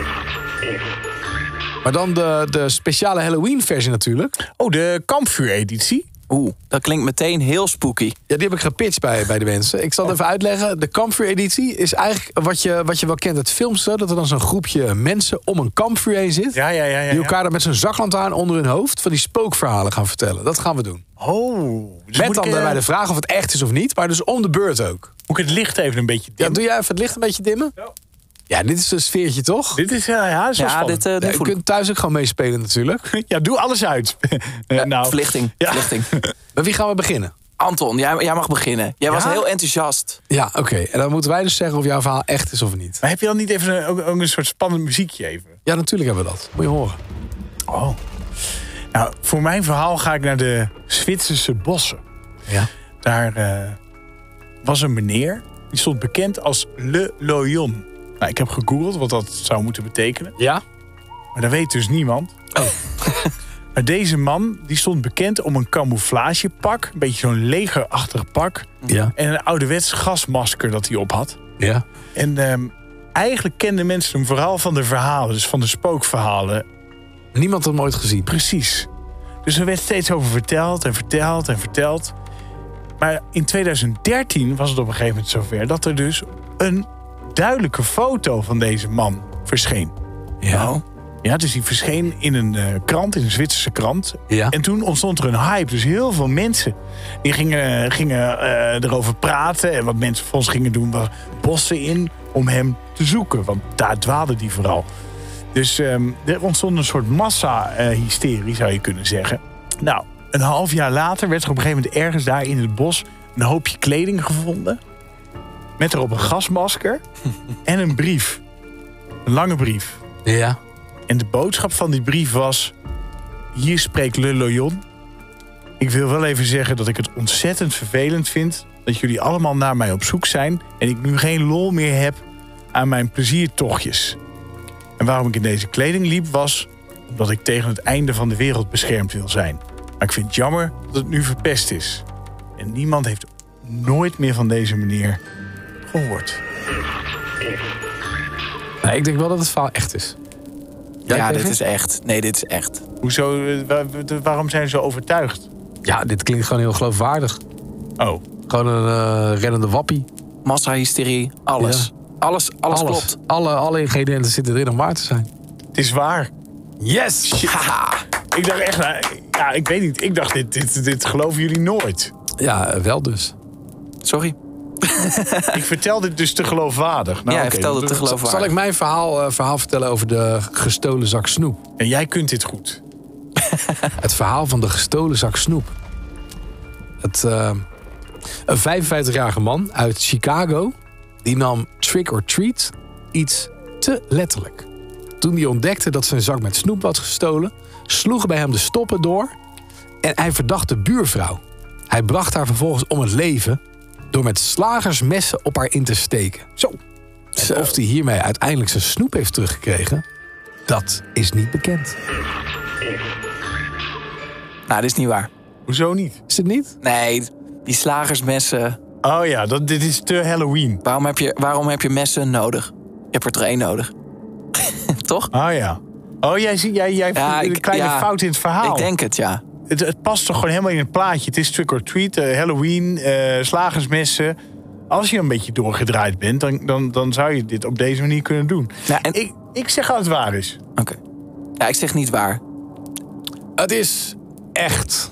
Maar dan de, de speciale Halloween versie natuurlijk. Oh, de kampvuureditie. Oeh, dat klinkt meteen heel spooky. Ja, die heb ik gepitcht bij, bij de mensen. Ik zal het oh. even uitleggen. De kampvuureditie is eigenlijk wat je, wat je wel kent uit films. Dat er dan zo'n groepje mensen om een kampvuur heen zit. Ja, ja, ja, ja, die elkaar dan met zo'n zaklantaarn onder hun hoofd van die spookverhalen gaan vertellen. Dat gaan we doen. Oh. Dus met dan ik, uh... bij de vraag of het echt is of niet. Maar dus om de beurt ook. Moet ik het licht even een beetje dimmen? Ja, doe jij even het licht een beetje dimmen? Ja. Ja, dit is een sfeertje, toch? Dit is, ja, ja, is wel ja dit, uh, ja, je kunt thuis ook gewoon meespelen natuurlijk. Ja, doe alles uit. Ja, nou. Verlichting. Ja. Verlichting. Met wie gaan we beginnen? Anton, jij, jij mag beginnen. Jij ja? was heel enthousiast. Ja, oké. Okay. En dan moeten wij dus zeggen of jouw verhaal echt is of niet. Maar heb je dan niet even een, ook, ook een soort spannend muziekje even? Ja, natuurlijk hebben we dat. Moet je horen. Oh. Nou, voor mijn verhaal ga ik naar de Zwitserse bossen. Ja. Daar uh, was een meneer, die stond bekend als Le Loyon. Nou, ik heb gegoogeld wat dat zou moeten betekenen. Ja? Maar dat weet dus niemand. Oh. Maar deze man die stond bekend om een camouflagepak. Een beetje zo'n legerachtig pak. Ja. En een ouderwets gasmasker dat hij op had. Ja. En um, eigenlijk kenden mensen hem vooral van de verhalen. Dus van de spookverhalen. Niemand had hem ooit gezien. Precies. Dus er werd steeds over verteld en verteld en verteld. Maar in tweeduizend dertien was het op een gegeven moment zover... dat er dus een duidelijke foto van deze man verscheen. Ja. Nou, ja, dus die verscheen in een uh, krant, in een Zwitserse krant. Ja. En toen ontstond er een hype. Dus heel veel mensen die gingen, gingen uh, erover praten. En wat mensen volgens gingen doen was bossen in om hem te zoeken. Want daar dwaalde hij vooral. Dus um, er ontstond een soort massa-hysterie, zou je kunnen zeggen. Nou, een half jaar later werd er op een gegeven moment ergens daar in het bos... een hoopje kleding gevonden. Met erop een gasmasker en een brief. Een lange brief. Ja. En de boodschap van die brief was... Hier spreekt Le Loyon. Ik wil wel even zeggen dat ik het ontzettend vervelend vind... dat jullie allemaal naar mij op zoek zijn... en ik nu geen lol meer heb aan mijn pleziertochtjes. En waarom ik in deze kleding liep was... omdat ik tegen het einde van de wereld beschermd wil zijn. Maar ik vind het jammer dat het nu verpest is. En niemand heeft nooit meer van deze meneer gehoord. Nee, ik denk wel dat het verhaal echt is. Ja, ja dit is echt. Nee, dit is echt. Hoezo? Waarom zijn ze zo overtuigd? Ja, dit klinkt gewoon heel geloofwaardig. Oh. Gewoon een uh, rennende wappie. Massahysterie, alles. Ja. Alles, alles. Alles klopt. Alle, alle ingrediënten zitten erin om waar te zijn. Het is waar. Yes! Ja. Ik dacht echt, ja, ik weet niet. Ik dacht, dit, dit, dit geloven jullie nooit. Ja, wel dus. Sorry. Ik vertel dit dus te geloofwaardig. Nou, ja, okay, vertel het te geloofwaardig. Zal ik mijn verhaal, uh, verhaal vertellen over de gestolen zak snoep? En jij kunt dit goed. Het verhaal van de gestolen zak snoep. Het, uh, een vijfenvijftigjarige man uit Chicago... die nam trick or treat iets te letterlijk. Toen hij ontdekte dat zijn zak met snoep was gestolen... sloegen bij hem de stoppen door... en hij verdacht de buurvrouw. Hij bracht haar vervolgens om het leven... door met slagersmessen op haar in te steken. Zo. En of hij hiermee uiteindelijk zijn snoep heeft teruggekregen, dat is niet bekend. Nou, dit is niet waar. Hoezo niet? Is het niet? Nee, die slagersmessen. Oh ja, dat, dit is te Halloween. Waarom heb je, waarom heb je messen nodig? Je hebt er toch één nodig? Toch? Oh ja. Oh, jij ziet jij, jij Ja, een ik- kleine ja, fout in het verhaal. Ik denk het, ja. Het, het past toch gewoon helemaal in het plaatje. Het is trick or treat, uh, Halloween, uh, slagersmessen. Als je een beetje doorgedraaid bent, dan, dan, dan zou je dit op deze manier kunnen doen. Ja, en- ik, ik zeg dat het waar is. Oké. Ja, ik zeg niet waar. Het is echt.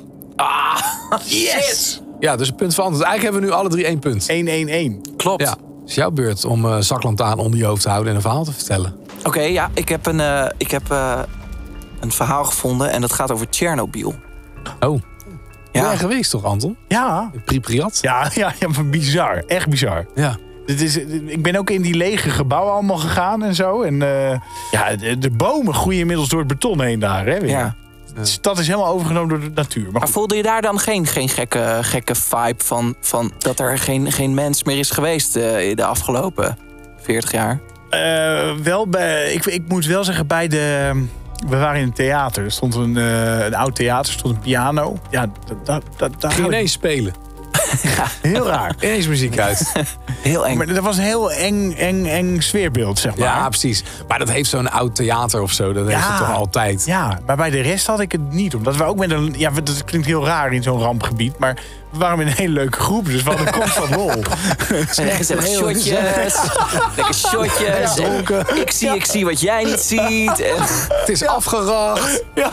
Yes! Ja, dus een punt van. Dus eigenlijk hebben we nu alle drie één punt. één één één. Klopt. Ja, het is jouw beurt om uh, zaklantaarn onder je hoofd te houden en een verhaal te vertellen. Oké, ja, ik heb, een, uh, ik heb uh, een verhaal gevonden en dat gaat over Tsjernobyl. Oh, ben Ja, jij geweest toch, Anton? Ja. In Pripyat? Ja, ja, ja, maar bizar. Echt bizar. Ja. Dit is, ik ben ook in die lege gebouwen allemaal gegaan en zo. En uh, ja, de, de bomen groeien inmiddels door het beton heen daar. Hè, weer. ja. De stad is helemaal overgenomen door de natuur. Maar Maar goed. voelde je daar dan geen, geen gekke, gekke vibe van, van dat er geen, geen mens meer is geweest uh, in de afgelopen veertig jaar? Uh, wel bij, ik, ik moet wel zeggen, bij de... We waren in een theater. Er stond een, uh, een oud theater, er stond een piano. Ja, dat, dat, dat, daar Ging hou ik- ineens spelen. heel raar. Ineens muziek uit. Heel eng. Maar dat was een heel eng, eng, eng sfeerbeeld, zeg maar. Ja, precies. Maar dat heeft zo'n oud theater of zo. Dat heeft het toch altijd. Ja, maar bij de rest had ik het niet. Omdat we ook met een... Ja, dat klinkt heel raar in zo'n rampgebied. Maar we waren met een hele leuke groep. Dus we hadden constant lol. En gezellig heel shotjes. Lekker shotjes. En ik, zie, ik zie wat jij niet ziet. En... Het is afgeracht. Ja,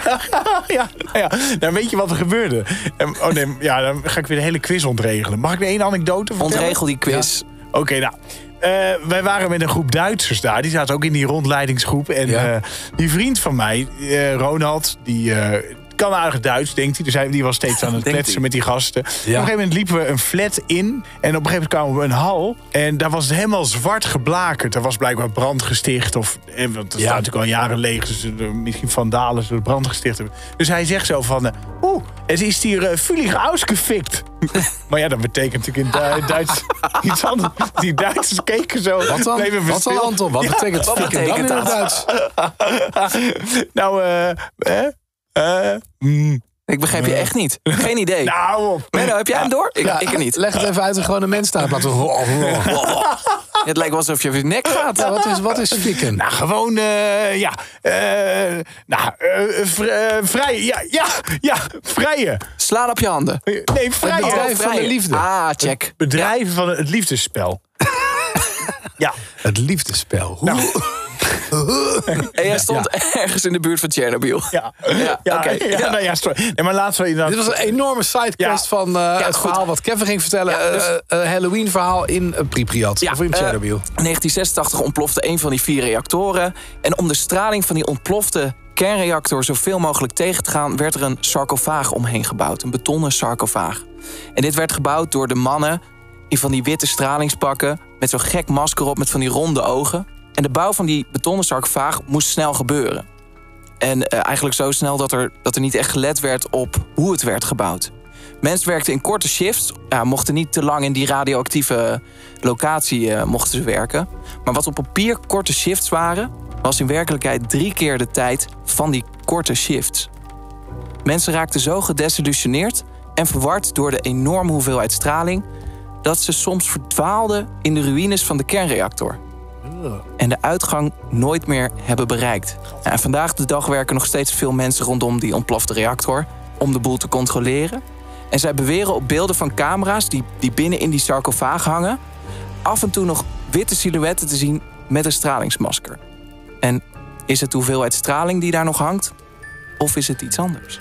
ja, ja. Nou, weet je wat er gebeurde? En, oh nee, ja, dan ga ik weer de hele quiz ontregelen. Mag ik weer één anekdote vertellen? Ontregel die quiz. Oké, nou. Uh, wij waren met een groep Duitsers daar. Die zaten ook in die rondleidingsgroep. En Ja. uh, die vriend van mij, uh, Ronald, die uh, kan aardig Duits, denkt hij. Dus hij, die was steeds aan het Denkt kletsen hij. met die gasten. Ja. Op een gegeven moment liepen we een flat in. En op een gegeven moment kwamen we een hal. En daar was het helemaal zwart geblakerd. Er was blijkbaar brand gesticht. Of, eh, want het Ja. staat natuurlijk al jaren leeg. Dus uh, misschien vandalen door brand gesticht hebben. Dus hij zegt zo van... Uh, Oeh, het is hier uh, völlig ausgefikt. Maar ja, dat betekent natuurlijk in Du- Duits iets anders. Die Duitsers keken zo. Wat dan? bleven Wat dan, verstil. Anton? Wat betekent wat fikken dan in betekent het dat? Duits? Nou, eh... eh, eh, mm. Ik begrijp je echt niet. Geen idee. Nou, op. Menno, heb jij hem door? Ik, Ja, ik er niet. Leg het even uit en gewoon een mens staat. Laten we... Het lijkt wel alsof je over je nek gaat. Ja, wat is, wat is fikken? Nou, gewoon, eh, ja. eh nou, eh vri- eh, vrije. Ja, ja, ja, vrije. Slaan op je handen. Nee, vrije. Het bedrijf van de liefde. Ah, check. Bedrijven van het liefdesspel. Ja. Het liefdespel. Hoe? En jij stond ergens in de buurt van Tsjernobyl. Ja, Ja, ja, oké. ja, Ja. nou ja, sorry. Nee, maar laten we inderdaad... Dit was een enorme sidequest Ja. van uh, het goed. verhaal wat Kevin ging vertellen. Ja, dus- Eh, eh, Halloween verhaal in uh, Pripyat. Ja, of in eh, Tsjernobyl. negentien zesentachtig ontplofte een van die vier reactoren. En om de straling van die ontplofte kernreactor zoveel mogelijk tegen te gaan, werd er een sarcofaag omheen gebouwd. Een betonnen sarcofaag. En dit werd gebouwd door de mannen in van die witte stralingspakken, met zo'n gek masker op, met van die ronde ogen. En de bouw van die betonnen sarcofaag moest snel gebeuren. En uh, eigenlijk zo snel dat er, dat er niet echt gelet werd op hoe het werd gebouwd. Mensen werkten in korte shifts. Ja, mochten niet te lang in die radioactieve locatie uh, mochten ze werken. Maar wat op papier korte shifts waren, was in werkelijkheid drie keer de tijd van die korte shifts. Mensen raakten zo gedesillusioneerd en verward door de enorme hoeveelheid straling dat ze soms verdwaalden in de ruïnes van de kernreactor. En de uitgang nooit meer hebben bereikt. Ja, en vandaag de dag werken nog steeds veel mensen rondom die ontplofte reactor om de boel te controleren. En zij beweren op beelden van camera's die, die binnen in die sarcofaag hangen af en toe nog witte silhouetten te zien met een stralingsmasker. En is het de hoeveelheid straling die daar nog hangt? Of is het iets anders?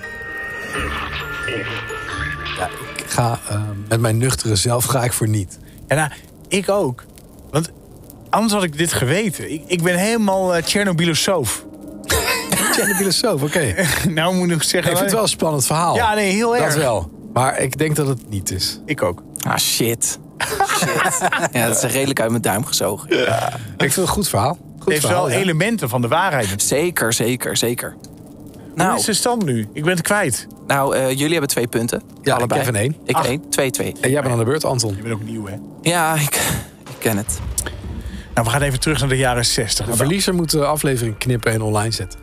Ja, ik ga uh, met mijn nuchtere zelf ga ik voor niet. Ja, nou, ik ook. Want anders had ik dit geweten. Ik, ik ben helemaal uh, Tsjernobylosoof. Tsjernobylosoof, oké. Okay. Nou moet ik zeggen... Ik vind het wel een spannend verhaal. Ja, nee, heel erg. Dat wel. Maar ik denk dat het niet is. Ik ook. Ah, shit. Shit. Ja, dat is redelijk uit mijn duim gezogen. Ja. Ik vind het een goed verhaal. Goed Het heeft verhaal, wel ja. elementen van de waarheid. Zeker, zeker, zeker. Nou. Hoe is de stand nu? Ik ben het kwijt. Nou, uh, jullie hebben twee punten. Ja, allebei. ik heb een één. Ik Ach. één. Twee, twee. En jij bent aan de beurt, Anton. Je bent ook nieuw, hè? Ja, ik, ik ken het. Nou, we gaan even terug naar de jaren zestig. De verliezer moet de aflevering knippen en online zetten.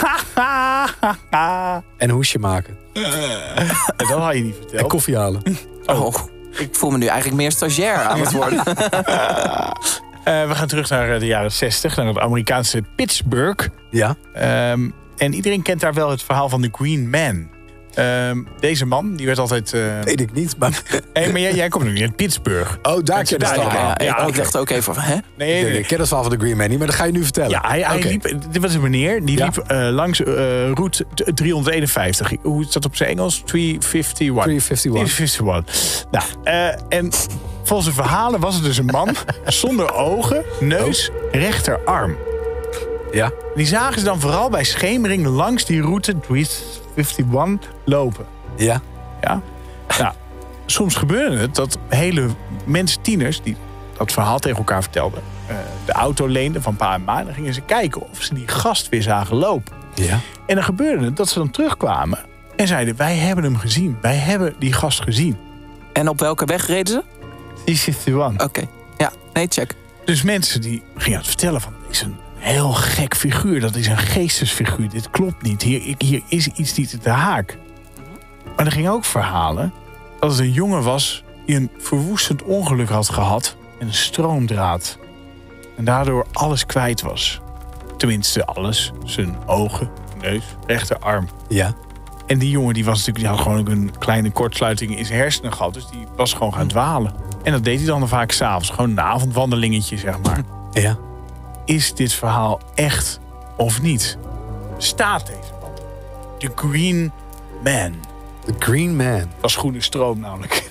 En een hoesje maken. Dat had je niet verteld. En koffie halen. Oh, ik voel me nu eigenlijk meer stagiair aan het worden. Uh, we gaan terug naar de jaren zestig, naar het Amerikaanse Pittsburgh. Ja. Um, en iedereen kent daar wel het verhaal van de Green Man. Um, deze man, die werd altijd... Uh... Weet ik niet, maar... Hey, maar jij, jij komt nu in Pittsburgh. Oh, daar ken je het daar, allemaal. Ja, Ja, ik, ik oké. dacht ook even van, hè? Nee, nee, Ik nee. ken het verhaal van de Green Man niet, maar dat ga je nu vertellen. Ja, hij, hij Oké. liep... Dit was een meneer, die Ja. liep uh, langs uh, route driehonderdeenenvijftig. Hoe is dat op zijn Engels? driehonderdeenenvijftig. driehonderdeenenvijftig. Nou, uh, en volgens de verhalen was het dus een man zonder ogen, neus, rechterarm. Ja. Die zagen ze dan vooral bij schemering langs die route driehonderdeenenvijftig lopen. Ja. Ja? Nou, soms gebeurde het dat hele mensen, tieners, die dat verhaal tegen elkaar vertelden, uh, de auto leenden van pa en ma, en dan gingen ze kijken of ze die gast weer zagen lopen. Ja. En dan gebeurde het dat ze dan terugkwamen en zeiden, wij hebben hem gezien. Wij hebben die gast gezien. En op welke weg reden ze? driehonderdeenenvijftig. Oké. Ja, nee, check. Dus mensen die gingen het vertellen van, dit is een heel gek figuur. Dat is een geestesfiguur. Dit klopt niet. Hier, hier is iets niet te haak. Maar er gingen ook verhalen dat het een jongen was die een verwoestend ongeluk had gehad en een stroomdraad. En daardoor alles kwijt was. Tenminste alles. Zijn ogen, neus, rechterarm. Ja. En die jongen die was natuurlijk, die had gewoon ook een kleine kortsluiting in zijn hersenen gehad. Dus die was gewoon gaan dwalen. En dat deed hij dan vaak s'avonds. Gewoon een avondwandelingetje, zeg maar. Ja. Is dit verhaal echt of niet? Staat deze man? The Green Man. The Green Man. Dat is groene stroom namelijk.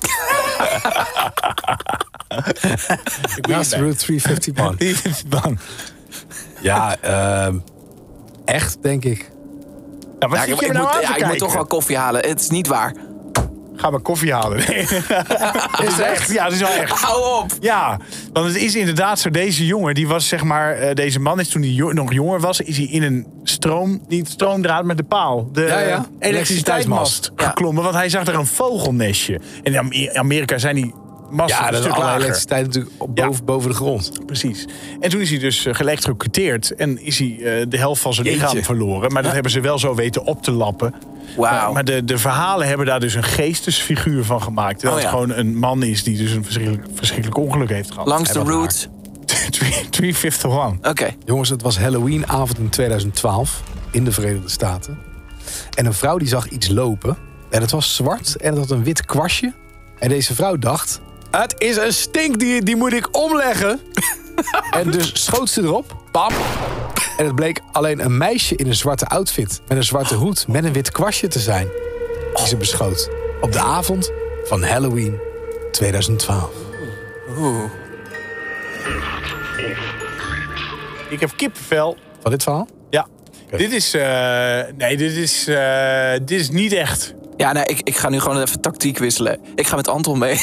Naast Route driehonderdvijftig man. Ja, ehm echt, denk ik. Nou, wat Ja, zit ik, je ik me nou moet, aan ja, te ik moet kijken? toch wel koffie halen. Het is niet waar. Ga maar koffie halen. Nee. Het is echt? Ja, het is wel echt. Hou op! Ja, want het is inderdaad zo. Deze jongen, die was zeg maar... Uh, deze man is toen hij jo- nog jonger was... is hij in een stroom... niet stroomdraad met de paal. De Ja, ja. elektriciteitsmast Ja. geklommen. Want hij zag daar een vogelnestje. En in Am- Amerika zijn die masten Ja, een dat is stuk alle lager. elektriciteit natuurlijk op boven, Ja. boven de grond. Precies. En toen is hij dus uh, geëlektrocuteerd. En is hij uh, de helft van zijn Jeetje. lichaam verloren. Maar dat hebben ze wel zo weten op te lappen. Wauw. Uh, maar de, de verhalen hebben daar dus een geestesfiguur van gemaakt. Dat Oh, het ja. gewoon een man is die dus een verschrikkelijk, verschrikkelijk ongeluk heeft gehad. Langs de Hij was route. driehonderdeenenvijftig. Oké. Jongens, het was Halloweenavond in tweeduizend twaalf in de Verenigde Staten. En een vrouw die zag iets lopen. En het was zwart en het had een wit kwastje. En deze vrouw dacht... Het is een stinkdier, die moet ik omleggen. En dus schoot ze erop. Pam. En het bleek alleen een meisje in een zwarte outfit... met een zwarte hoed met een wit kwastje te zijn. Die ze beschoot. Op de avond van Halloween tweeduizend twaalf. Oeh. Ik heb kippenvel. Van dit verhaal? Ja. Dit is... Uh, nee, dit is, uh, dit is niet echt. Ja, nee, ik, ik ga nu gewoon even tactiek wisselen. Ik ga met Anton mee.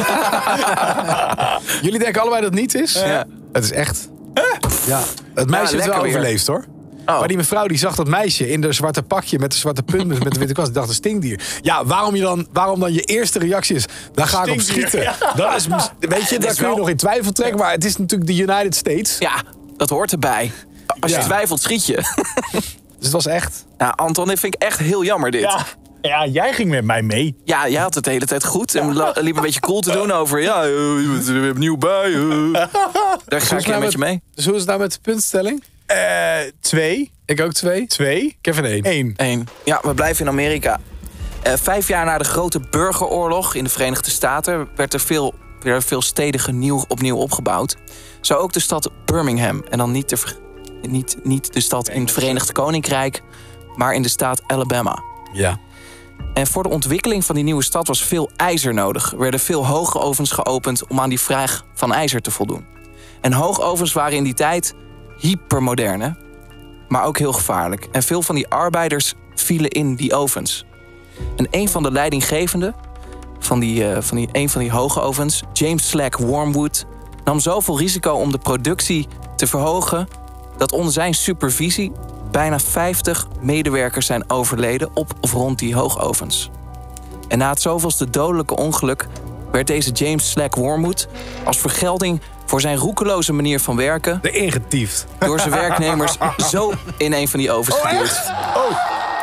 Jullie denken allebei dat het niet is? Ja. Het is echt. Ja, het meisje Ja, heeft wel lekker weer. overleefd, hoor. Oh. Maar die mevrouw die zag dat meisje in de zwarte pakje... met de zwarte punt met met de witte kwast. Die dacht, een stinkdier. Ja, waarom, je dan, waarom dan je eerste reactie is... daar ga ik op Stinkdier, schieten. ja. Dat is, mis- weet je, daar is kun je wel- nog in twijfel trekken... maar het is natuurlijk de United States. Ja, dat hoort erbij. Als je Ja. twijfelt, schiet je. Dus het was echt... Nou, Anton, dit vind ik echt heel jammer, dit. Ja. Ja, jij ging met mij mee. Ja, jij had het de hele tijd goed. En la- liep een beetje cool te doen over... Ja, uh, je bent er weer opnieuw bij. uh. Daar ga ik nou een met je mee. Dus hoe is het nou met de puntstelling? Eh, twee. Ik ook twee. Twee. Kevin één. Eén. Eén. Ja, we blijven in Amerika. Uh, vijf jaar na de grote burgeroorlog in de Verenigde Staten... werd er veel, werden veel steden genieuw, opnieuw opgebouwd. Zo ook de stad Birmingham. En dan niet de, ver- niet, niet de stad in het Verenigd Koninkrijk... maar in de staat Alabama. Ja. En voor de ontwikkeling van die nieuwe stad was veel ijzer nodig. Er werden veel hoogovens geopend om aan die vraag van ijzer te voldoen. En hoogovens waren in die tijd hypermoderne, maar ook heel gevaarlijk. En veel van die arbeiders vielen in die ovens. En een van de leidinggevenden van die, uh, van die, een van die hoogovens, James Slack Wormwood, nam zoveel risico om de productie te verhogen dat onder zijn supervisie bijna vijftig medewerkers zijn overleden op of rond die hoogovens. En na het zoveelste dodelijke ongeluk werd deze James Slack Wormwood als vergelding voor zijn roekeloze manier van werken De ingetiefd. door zijn werknemers zo in een van die ovens Oh, geduwd. echt? Oh.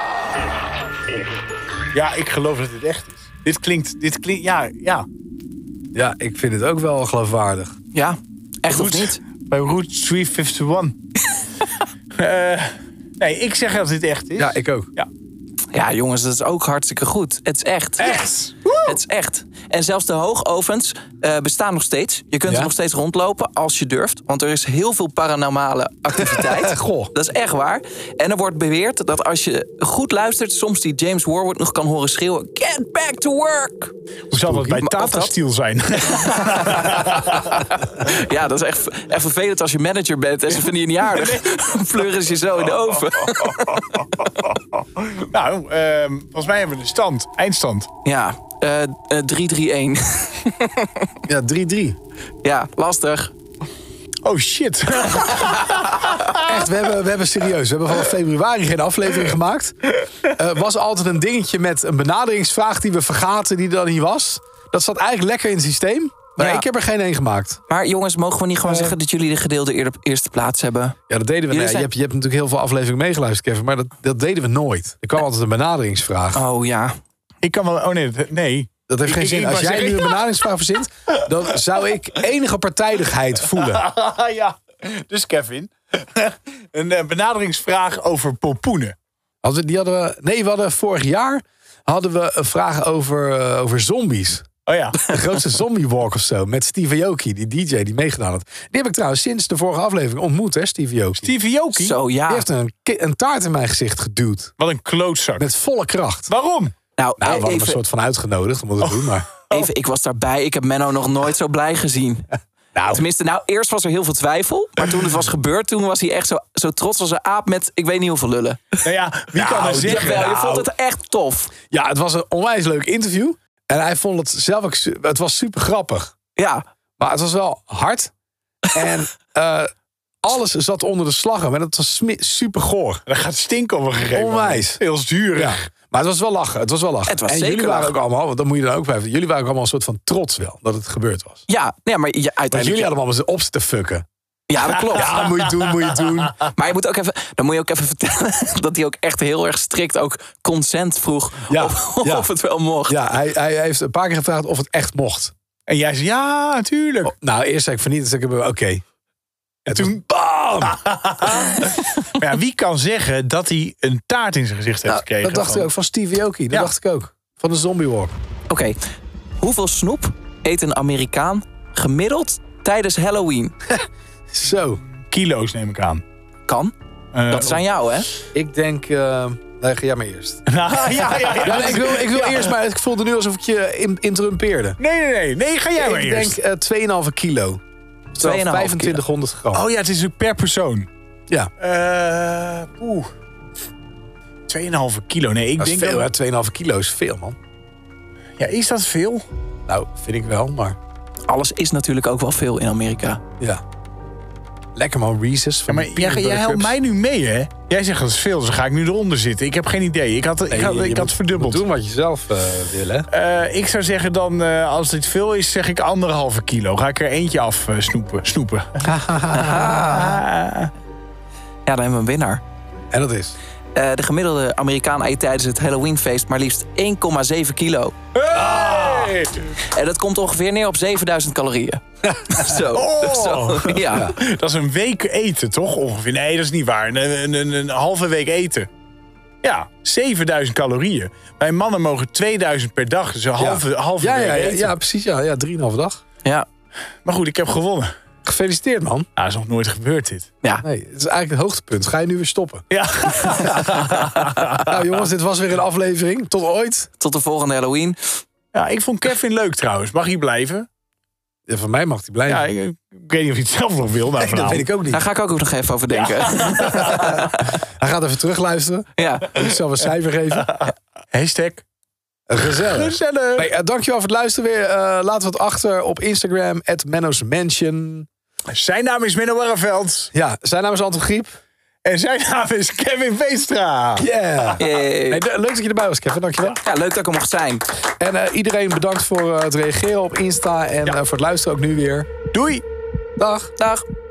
Ja, ik geloof dat dit echt is. Dit klinkt, dit klinkt, ja, ja. Ja, ik vind het ook wel geloofwaardig. Ja, echt of Route- niet? Bij Route driehonderdeenenvijftig. uh, nee, ik zeg dat dit echt is. Ja, ik ook. Ja. Ja, jongens, dat is ook hartstikke goed. Het is echt. Echt? Het is echt. En zelfs de hoogovens uh, bestaan nog steeds. Je kunt Ja? er nog steeds rondlopen als je durft. Want er is heel veel paranormale activiteit. Goh. Dat is echt waar. En er wordt beweerd dat als je goed luistert... soms die James Wormwood nog kan horen schreeuwen... Get back to work! Hoe zal dat bij Maar of Tata dat- Steel zijn? Ja, dat is echt, echt vervelend als je manager bent... en ze vinden je niet aardig. Pleuren ze je zo in de oven. Nou, uh, volgens mij hebben we de stand. Eindstand. Ja, uh, uh, drie drie een. Ja, drie drie. Ja, lastig. Oh shit. Echt, we hebben, we hebben serieus. We hebben vanaf februari geen aflevering gemaakt. Uh, was altijd een dingetje met een benaderingsvraag die we vergaten, die er dan niet was. Dat zat eigenlijk lekker in het systeem. Maar Ja. ik heb er geen één gemaakt. Maar jongens, mogen we niet gewoon zeggen... dat jullie de gedeelde eer- eerste plaats hebben? Ja, dat deden we. Jullie Nee, zijn- je, hebt, je hebt natuurlijk heel veel afleveringen meegeluisterd, Kevin. Maar dat, dat deden we nooit. Er kwam altijd een benaderingsvraag. Oh ja. Ik kan wel... Oh nee, dat- nee. Dat heeft geen Ik- ik- zin. ik Als wou jij nu zeggen- een benaderingsvraag verzint, dan zou ik enige partijdigheid voelen. Ja. Dus Kevin, een uh, benaderingsvraag over pompoenen. Hadden we, die hadden we, nee, we hadden vorig jaar hadden we een vraag over, uh, over zombies. Oh ja. De grootste zombie walk of zo. Met Steve Aoki, die D J die meegedaan had. Die heb ik trouwens sinds de vorige aflevering ontmoet, hè, Steve Aoki. Stevie Aoki? Zo ja. Die heeft een, ki- een taart in mijn gezicht geduwd. Wat een klootzak. Met volle kracht. Waarom? Nou, Nou, we eh, hadden hem even, een soort van uitgenodigd om dat te doen. Maar even, ik was daarbij. Ik heb Menno nog nooit zo blij gezien. nou, Tenminste, nou, eerst was er heel veel twijfel. Maar toen het was gebeurd, toen was hij echt zo, zo trots als een aap met ik weet niet hoeveel lullen. Nou ja, wie kan er Nou, zeggen... Jawel, je nou. vond het echt tof. ja, het was een onwijs leuk interview. En hij vond het zelf ook... su- Het was super grappig. Ja, Maar het was wel hard. En eh, alles zat onder de slaggen. Maar dat was smi- super goor. Dat gaat stinken op een gegeven moment. Onwijs. Heel zuurig. Ja. Maar het was wel lachen. Het was wel lachen. Het was en zeker jullie waren lachen. ook allemaal, want dat moet je dan ook bij. Jullie waren ook allemaal een soort van trots wel dat het gebeurd was. ja, nee, maar je, Want uiteindelijk... jullie hadden allemaal op te fucken. Ja, dat klopt. Ja, moet je doen, moet je doen. Maar je moet ook even, dan moet je ook even vertellen dat hij ook echt heel erg strikt ook consent vroeg Ja, of, ja. of het wel mocht. Ja, hij, hij heeft een paar keer gevraagd of het echt mocht. En jij zei, ja, natuurlijk. Oh, nou, eerst zei ik van niet, dus ik heb oké. Okay. En toen, bam! Maar ja, wie kan zeggen dat hij een taart in zijn gezicht heeft Nou, gekregen? dat dacht ik Van- ook van Steve Aoki. Dat Ja. dacht ik ook. Van de zombie walk. Oké, hoeveel snoep eet een Amerikaan gemiddeld tijdens Halloween? Zo. Kilo's neem ik aan. Kan. Eh, Dat is aan jou, hè? Ik denk... Uh, nee, ga jij maar eerst. ja, ja, ja. Ja, nee, ik wil, ik wil eerst maar... Ik voelde nu alsof ik je in, interrumpeerde. Nee, nee, nee. Nee, ga jij maar Ik eerst. denk uh, twee komma vijf kilo. twee komma vijf vijfentwintighonderd gram. Oh ja, het is ook per persoon. Ja, Eh, Oeh. twee komma vijf kilo. Nee, ik dat is denk... veel, dat- hè? twee komma vijf kilo is veel, man. Ja, is dat veel? Nou, vind ik wel, maar... Alles is natuurlijk ook wel veel in Amerika. Ja. Lekker man, Reese's. Ja, Van maar die jij, peanut jij butter helpt cups. mij nu mee, hè? Jij zegt dat is veel, dus dan ga ik nu eronder zitten. Ik heb geen idee. Ik had, ik Nee, had, je- ik je had moet- verdubbeld. moet doen wat je zelf uh, wil, hè? Eh, ik zou zeggen dan, uh, als dit veel is, zeg ik anderhalve kilo. Ga ik er eentje af uh, snoepen. snoepen. Ja, dan hebben we een winnaar. En dat is... Uh, de gemiddelde Amerikaan eet tijdens het Halloweenfeest maar liefst één komma zeven kilo. Hey! En dat komt ongeveer neer op zevenduizend calorieën. Zo, Oh! zo, ja. Dat is een week eten, toch? Ongeveer. Nee, dat is niet waar. Een, een, een, een halve week eten. Ja, zevenduizend calorieën. Wij mannen mogen tweeduizend per dag. Dus een halve, halve Ja, week ja, ja, eten. ja, precies. Ja, ja drieënhalve dag. Ja, Maar goed, ik heb gewonnen. Gefeliciteerd, man. Nou, is nog nooit gebeurd dit. ja. Nee, het is eigenlijk het hoogtepunt. Ga je nu weer stoppen? Ja. Nou jongens, dit was weer een aflevering. Tot ooit. Tot de volgende Halloween. Ja, ik vond Kevin leuk trouwens. Mag hij blijven? Ja, van mij mag hij blijven. Ja, ik, ik weet niet of hij het zelf nog wil. Nou, Nee, dat vanavond. weet ik ook niet. Daar ga ik ook nog even over denken. Ja. Hij gaat even terugluisteren. Ik zal een cijfer geven. Hashtag. Gezellig. Gezellig. Nee, uh, dankjewel voor het luisteren weer. Uh, laten we het achter op Instagram. at Menno's Mansion. Zijn naam is Menno Warreveld. Ja, zijn naam is Anton Griep. En zijn naam is Kevin Veenstra. Yeah. Hey. Hey, leuk dat je erbij was, Kevin. Dankjewel. Ja, leuk dat ik er mocht zijn. En uh, iedereen bedankt voor uh, het reageren op Insta. En ja. uh, voor het luisteren ook nu weer. Doei. Dag. Dag.